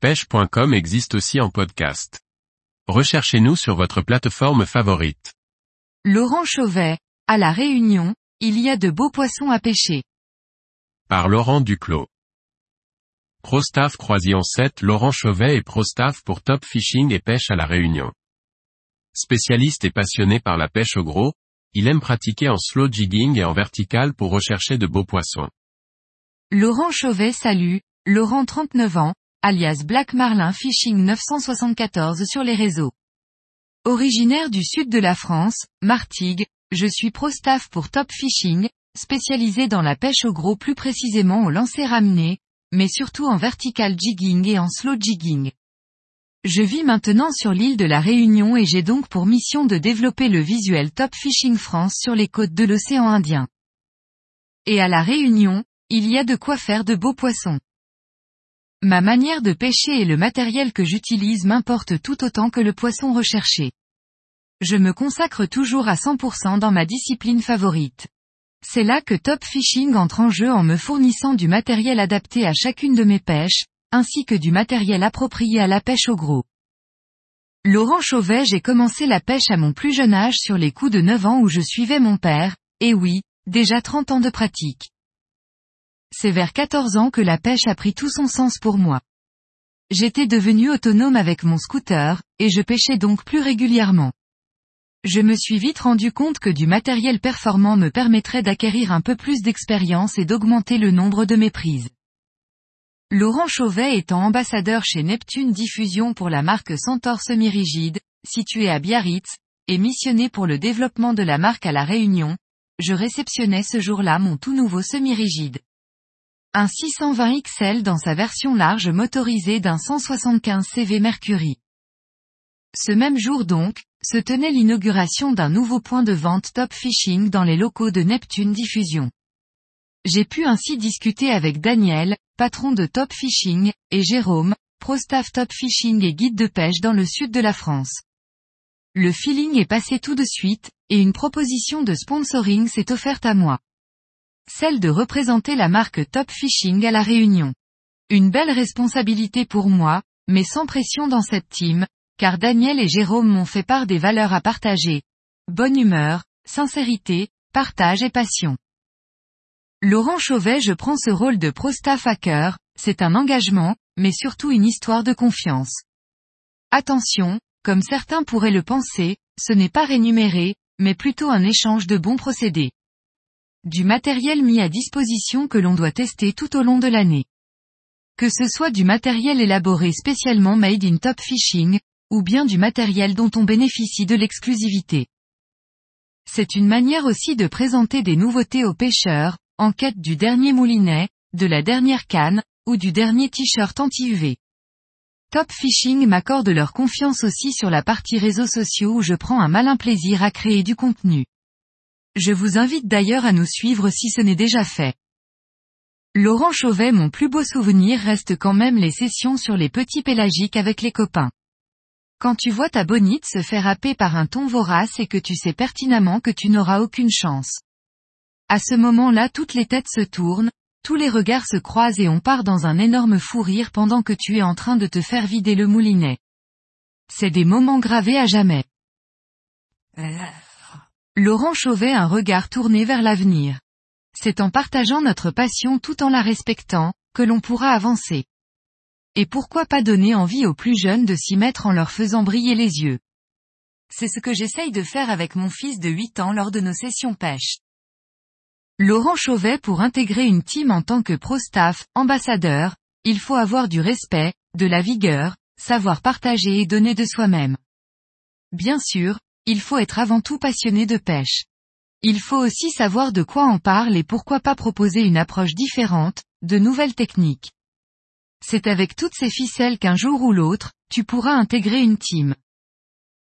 pêche.com existe aussi en podcast. Recherchez-nous sur votre plateforme favorite. Laurent Chauvet, à La Réunion, il y a de beaux poissons à pêcher. Par Laurent Duclos. ProStaff Croisillon 7. Laurent Chauvet est ProStaff pour Top Fishing et pêche à La Réunion. Spécialiste et passionné par la pêche au gros, il aime pratiquer en slow jigging et en vertical pour rechercher de beaux poissons. Laurent Chauvet salue, Laurent 39 ans, alias Black Marlin Fishing 974 sur les réseaux. Originaire du sud de la France, Martigues, je suis ProStaff pour Top Fishing, spécialisé dans la pêche au gros, plus précisément au lancer ramené, mais surtout en vertical jigging et en slow jigging. Je vis maintenant sur l'île de la Réunion et j'ai donc pour mission de développer le visuel Top Fishing France sur les côtes de l'océan Indien. Et à la Réunion, il y a de quoi faire de beaux poissons. Ma manière de pêcher et le matériel que j'utilise m'importent tout autant que le poisson recherché. Je me consacre toujours à 100% dans ma discipline favorite. C'est là que Top Fishing entre en jeu en me fournissant du matériel adapté à chacune de mes pêches, ainsi que du matériel approprié à la pêche au gros. Laurent Chauvet, j'ai commencé la pêche à mon plus jeune âge sur les coups de 9 ans où je suivais mon père, et oui, déjà 30 ans de pratique. C'est vers 14 ans que la pêche a pris tout son sens pour moi. J'étais devenu autonome avec mon scooter, et je pêchais donc plus régulièrement. Je me suis vite rendu compte que du matériel performant me permettrait d'acquérir un peu plus d'expérience et d'augmenter le nombre de mes prises. Laurent Chauvet étant ambassadeur chez Neptune Diffusion pour la marque Centaure Semi-Rigide, située à Biarritz, et missionné pour le développement de la marque à La Réunion, je réceptionnais ce jour-là mon tout nouveau semi-rigide. Un 620 XL dans sa version large motorisée d'un 175 CV Mercury. Ce même jour donc, se tenait l'inauguration d'un nouveau point de vente Top Fishing dans les locaux de Neptune Diffusion. J'ai pu ainsi discuter avec Daniel, patron de Top Fishing, et Jérôme, ProStaff Top Fishing et guide de pêche dans le sud de la France. Le feeling est passé tout de suite, et une proposition de sponsoring s'est offerte à moi. Celle de représenter la marque Top Fishing à La Réunion. Une belle responsabilité pour moi, mais sans pression dans cette team, car Daniel et Jérôme m'ont fait part des valeurs à partager. Bonne humeur, sincérité, partage et passion. Laurent Chauvet, je prends ce rôle de ProStaff à cœur, c'est un engagement, mais surtout une histoire de confiance. Attention, comme certains pourraient le penser, ce n'est pas rémunéré, mais plutôt un échange de bons procédés. Du matériel mis à disposition que l'on doit tester tout au long de l'année. Que ce soit du matériel élaboré spécialement made in Top Fishing, ou bien du matériel dont on bénéficie de l'exclusivité. C'est une manière aussi de présenter des nouveautés aux pêcheurs, en quête du dernier moulinet, de la dernière canne, ou du dernier t-shirt anti-UV. Top Fishing m'accorde leur confiance aussi sur la partie réseaux sociaux où je prends un malin plaisir à créer du contenu. Je vous invite d'ailleurs à nous suivre si ce n'est déjà fait. Laurent Chauvet, mon plus beau souvenir reste quand même les sessions sur les petits pélagiques avec les copains. Quand tu vois ta bonite se faire happer par un thon vorace et que tu sais pertinemment que tu n'auras aucune chance. À ce moment-là, toutes les têtes se tournent, tous les regards se croisent et on part dans un énorme fou rire pendant que tu es en train de te faire vider le moulinet. C'est des moments gravés à jamais. Laurent Chauvet, un regard tourné vers l'avenir. C'est en partageant notre passion tout en la respectant, que l'on pourra avancer. Et pourquoi pas donner envie aux plus jeunes de s'y mettre en leur faisant briller les yeux. C'est ce que j'essaye de faire avec mon fils de 8 ans lors de nos sessions pêche. Laurent Chauvet, pour intégrer une team en tant que ProStaff, ambassadeur, il faut avoir du respect, de la vigueur, savoir partager et donner de soi-même. Bien sûr, il faut être avant tout passionné de pêche. Il faut aussi savoir de quoi on parle et pourquoi pas proposer une approche différente, de nouvelles techniques. C'est avec toutes ces ficelles qu'un jour ou l'autre, tu pourras intégrer une team.